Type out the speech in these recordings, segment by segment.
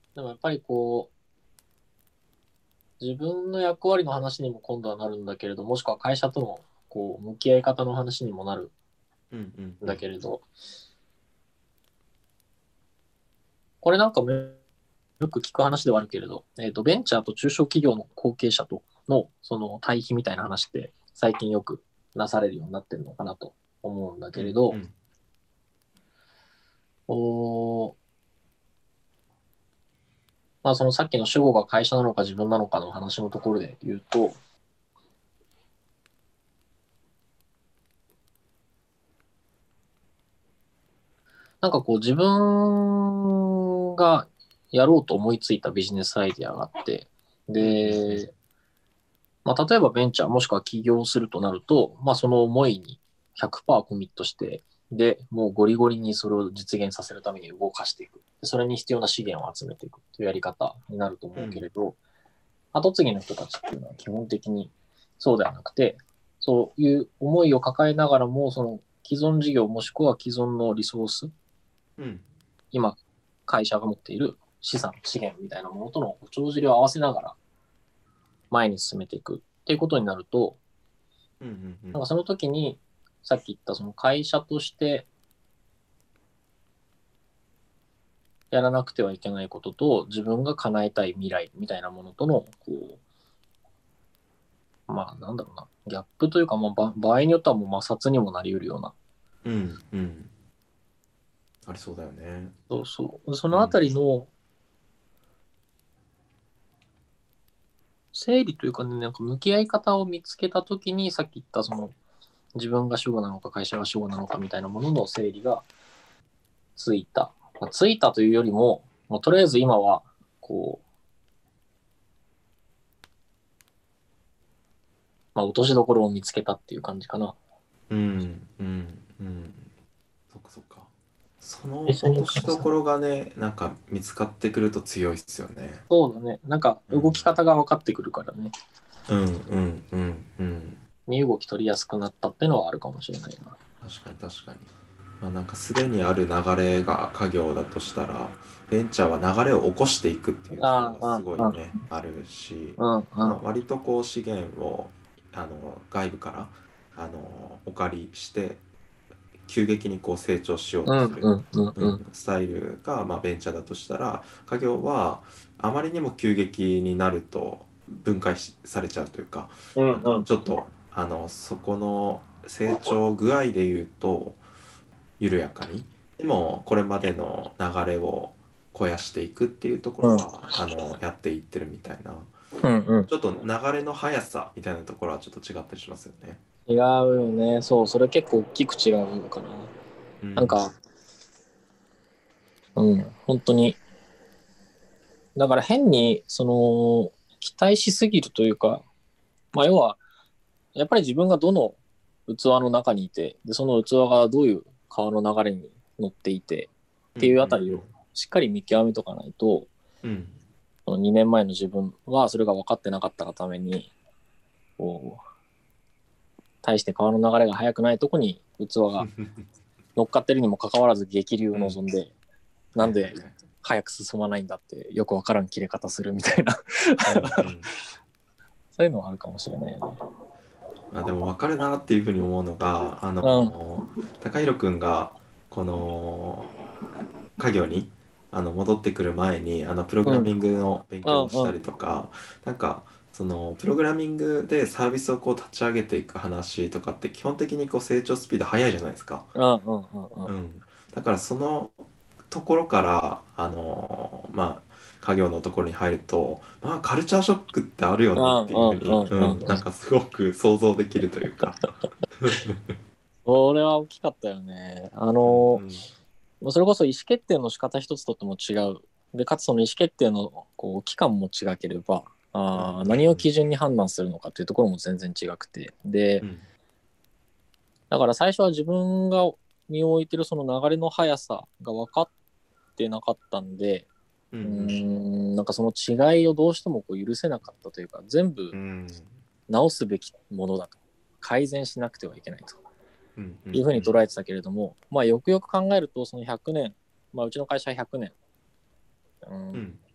でもやっぱりこう、自分の役割の話にも今度はなるんだけれど、もしくは会社とのこう向き合い方の話にもなるうんうんんうん。 だけれど、これなんかよく聞く話ではあるけれど、ベンチャーと中小企業の後継者とのその対比みたいな話って最近よくなされるようになってるのかなと思うんだうけれど、 んうん。 おまあ、そのさっきの主語が会社なのか自分なのかの話のところで言うと、なんかこう自分がやろうと思いついたビジネスアイデアがあって、 うんうんうん。 で、まあ、例えばベンチャーもしくは起業するとなると、まあ、その思いに100%コミットして、で、もうゴリゴリにそれを実現させるために動かしていく。それに必要な資源を集めていくというやり方になると思うけうんれど、後継ぎの人たちっていうのは基本的にそうではなくて、そういう思いを抱えながらも、その既存事業もしくは既存のリソース、 うん今会社が持っている資産、資源みたいなものとの帳尻を合わせながら前に進めていくっていうことになると、 うんうんうん。 なんかその時に、さっき言ったその会社としてやらなくてはいけないことと、自分が叶えたい未来みたいなものとの、こう、まあなんだろうな、ギャップというか、まあ、場合によってはもう摩擦にもなり得るような、 うんうん。ありそうだよね。 そうそう、そのあたうん。 りの整理というかね、なんか向き合い方を見つけた時に、さっき言ったその自分が主語なのか会社が主語なのかみたいなものの整理がついた。まあ、ついたというよりも、もうとりあえず今は、こう、まあ、落としどころを見つけたっていう感じかな。 うんうんうん。そっかそっか。その会社落に関してはとしどころがね、なんか見つかってくると強いっすよね。 そうだね。なんか動きうん。 方が分かってくるからね。 うんうんうんうん。 身動き取りやすくなったっていうのはあるかもしれないな。 確かに確かに。まあなんかすでにある流れが家業だとしたら、ベンチャーは流れを起こしていくっていうところああ、 がすごいうん、 ね、あるし、 うん、うん、 まあ、割とこう資源を外部からお借りして急激にこう成長しよううん、 とする、 うん、うん、 うん、 うん、 スタイルがまあベンチャーだとしたら、家業はあまりにも急激になると分解されちゃうというか、 うん、うん、 ちょっとそこの成長具合で言うと緩やかに、でもこれまでの流れを肥やしていくっていうところうん、 はやっていってるみたいな、 うん、うん。 ちょっと流れの速さみたいなところはちょっと違ったりしますよね。 違うよね。そう、それ結構大きく違うかな。 うん。 なんか、うん、本当に。だから変に、その、期待しすぎるというか、まあ要は、やっぱり自分がどの器の中にいて、で、その器がどういう川の流れに乗っていて、 うっていうあたりをんしっかり見極めとかないと、 うんうん。 その2年前の自分はそれが分かってなかったがために、こう、対して川の流れが速くないとこに器がうん。 乗っかってるにもかかわらず激流をうん。 望んで、なんではいはいはい。 早く進まないんだってよく分からん切れ方するみたいなうんうん。 そういうのはあるかもしれないよね。 まあでも分かるなっていうふうに思うのが、 うん。 高弘くんがこの家業に戻ってくる前にプログうん。 ラミングの勉うん。 強をしたうん。 りとか、なんかそのプログラミングでサービスをこう立ち上げていく話とかって基本的にこう成長スピード速いじゃないですか。 うん。うん。うん。 うん。だからそのところからまあ家業のところに入ると、まあカルチャーショックってあるようん。 なっていうふうに、 うん。 なんかすごく想像できるというか。 それは大きかったよね。 うんそれこそ意思決定の仕方一つとっても違う。で、かつその意思決定のこう期間も違ければ、 うん何を基準に判断するのかというところも全然違くて。で、 うんだから最初は自分が身を置いてるその流れの速さが分かってなかったんで、 うんうんなんかその違いをどうしてもこう許せなかったというか、全部うん直すべきものだと。改善しなくてはいけないとうんういうふうにん捉えてたけれども、まあよくよく考えると、その100年、まあうちの会社は100年、うん、 うん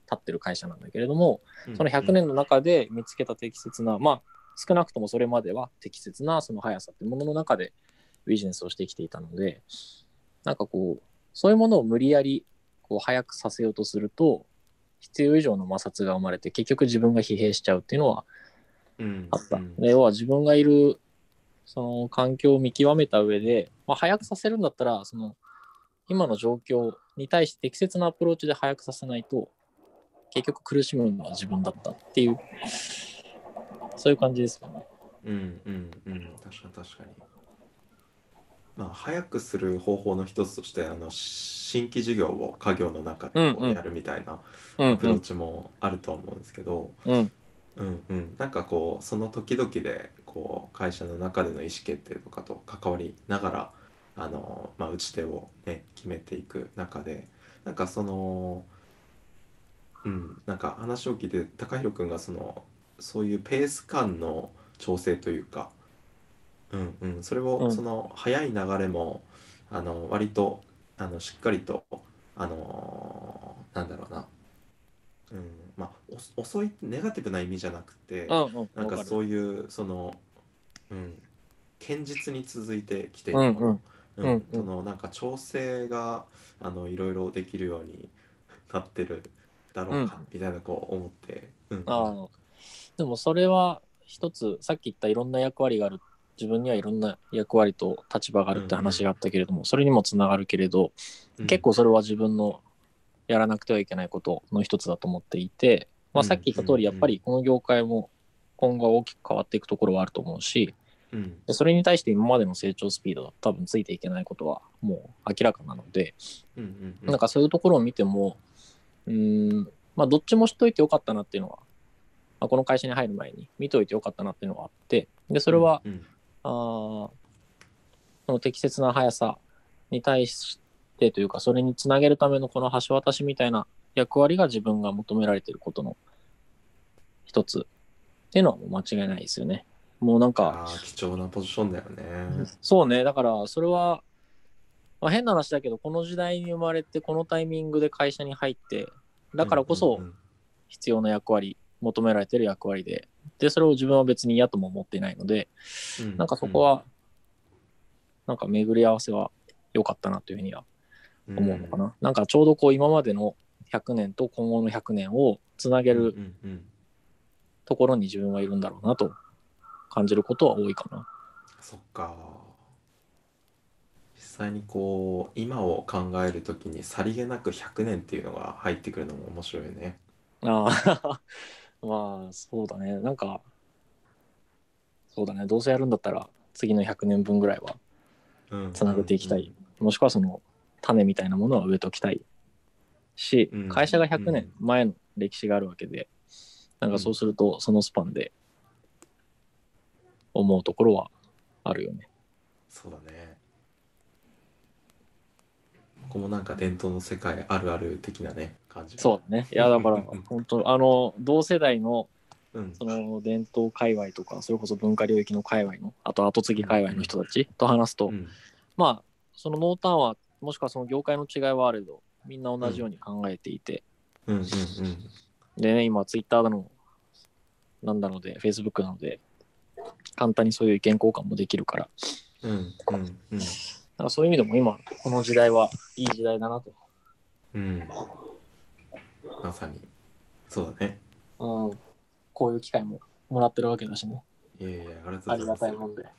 経ってる会社なんだけれども、 うんその100年の中で見つけた適切な、まあ少なくともそれまでは適切なその速さっていうものの中でビジネスをしてきていたので、なんかこうそういうものを無理やりこう速くさせようとすると必要以上の摩擦が生まれて結局自分が疲弊しちゃうっていうのはあった。で要は自分がいるその環境を見極めた上で、まあ、速くさせるんだったらその今の状況に対して適切なアプローチで速くさせないと結局苦しむのは自分だったっていうそういう感じですよね。 確かに確かに。まあ早くする方法の一つとして新規事業を家業の中でこうやるみたいなアプローチもあると思うんですけど、なんかこうその時々でこう会社の中での意思決定とかと関わりながら打ち手をね決めていく中でなんかなんか話を聞いて高弘君がそういうペース感の調整というか、それをその速い流れも割としっかりとなんだろうな、まあ遅いネガティブな意味じゃなくてなんかそういう堅実に続いてきているもの、そのなんか調整がいろいろできるようになってるだろうかみたいなこう思って、 でもそれは一つさっき言ったいろんな役割がある自分にはいろんな役割と立場があるって話があったけれども、それにもつながるけれど、結構それは自分のやらなくてはいけないことの一つだと思っていて、まあ、さっき言った通りやっぱりこの業界も今後は大きく変わっていくところはあると思うし、でそれに対して今までの成長スピードだと多分ついていけないことはもう明らかなので、なんかそういうところを見てもまあどっちもしといてよかったなっていうのは、まあ、この会社に入る前に見といてよかったなっていうのがあって、でそれは、その適切な速さに対してというかそれにつなげるためのこの橋渡しみたいな役割が自分が求められていることの一つっていうのはもう間違いないですよね。もうなんか貴重なポジションだよね。 そうね、だからそれは、まあ、変な話だけどこの時代に生まれてこのタイミングで会社に入ってだからこそ必要な役割、求められている役割でそれを自分は別に嫌とも思っていないので、なんかそこはなんか巡り合わせは良かったなというふうには思うのかな。なんかちょうどこう今までの100年と今後の100年をつなげるところに自分はいるんだろうなと感じることは多いかな。 そっか。実際にこう今を考えるときにさりげなく100年っていうのが入ってくるのも面白いよね。 ああまあそうだね。なんかそうだね。どうせやるんだったら次の100年分ぐらいはつなげていきたい。もしくはその種みたいなものは植えときたいし、会社が100年前の歴史があるわけで、なんかそうするとそのスパンで思うところはあるよね。 そうだね。ここもなんか伝統の世界あるある的なね感じ。 そうだね。いやだから本当同世代のその伝統界隈とかそれこそ文化領域の界隈のあと後継ぎ界隈の人たちと話すと、まあその濃淡はもしくはその業界の違いはあれどみんな同じように考えていて、でね今ツイッターだのなんだのでフェイスブックなので簡単にそういう意見交換もできるから、だからそういう意味でも今この時代はいい時代だなと。 まさにそうだね。 こういう機会ももらってるわけだしね。 いやいやありがたいもんで。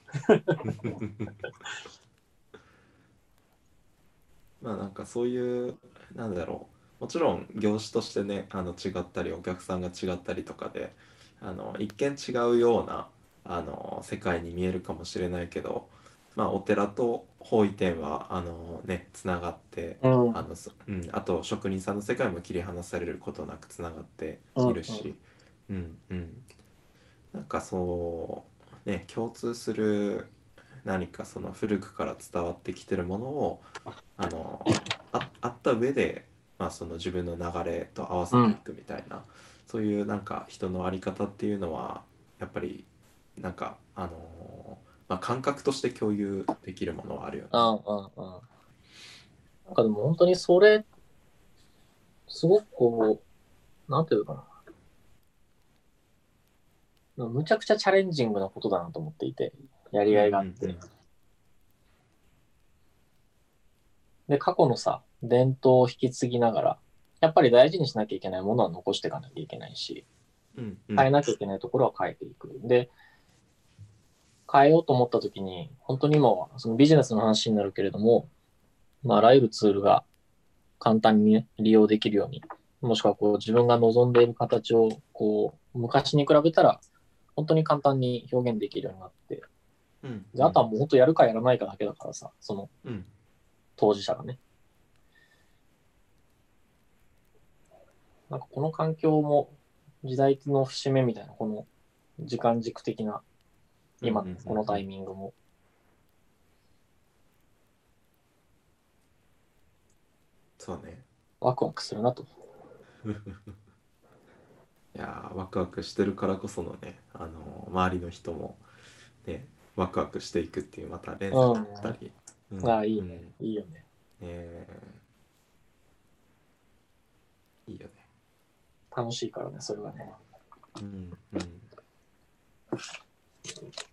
まあなんかそういうなんだろう、もちろん業種としてね違ったりお客さんが違ったりとかで一見違うような世界に見えるかもしれないけど、まあお寺と法医店はねつながって、あと職人さんの世界も切り離されることなくつながっているし、なんかそうね共通する何かその古くから伝わってきてるものをあった上で、まあ、その自分の流れと合わせていくみたいな、そういうなんか人の在り方っていうのはやっぱりなんかまあ、感覚として共有できるものはあるよね。 なんかでも本当にそれすごくこなんていうかな。むちゃくちゃチャレンジングなことだなと思っていて、やりがいがあって。 うんで、過去のさ、伝統を引き継ぎながら、やっぱり大事にしなきゃいけないものは残していかなきゃいけないし、 うんうん変えなきゃいけないところは変えていく。で、変えようと思った時に、本当に今はそのビジネスの話になるけれども、まあ、あらゆるツールが簡単にね、利用できるように、もしくはこう自分が望んでいる形をこう昔に比べたら本当に簡単に表現できるようになって、 うんであとはもう本当やるかやらないかだけだからさ、そのうん当事者がね。なんかこの環境も時代の節目みたいな、この時間軸的な今このタイミングもそうね。 ワクワクするなと。 いやー、ワクワクしてるからこそのね、周りの人もね、ワクワクしていくっていうまた連鎖だったり、 うん。ああ、いいね。 うん、 いいよね。 えいいよね。 楽しいからね、それはね。 うんうん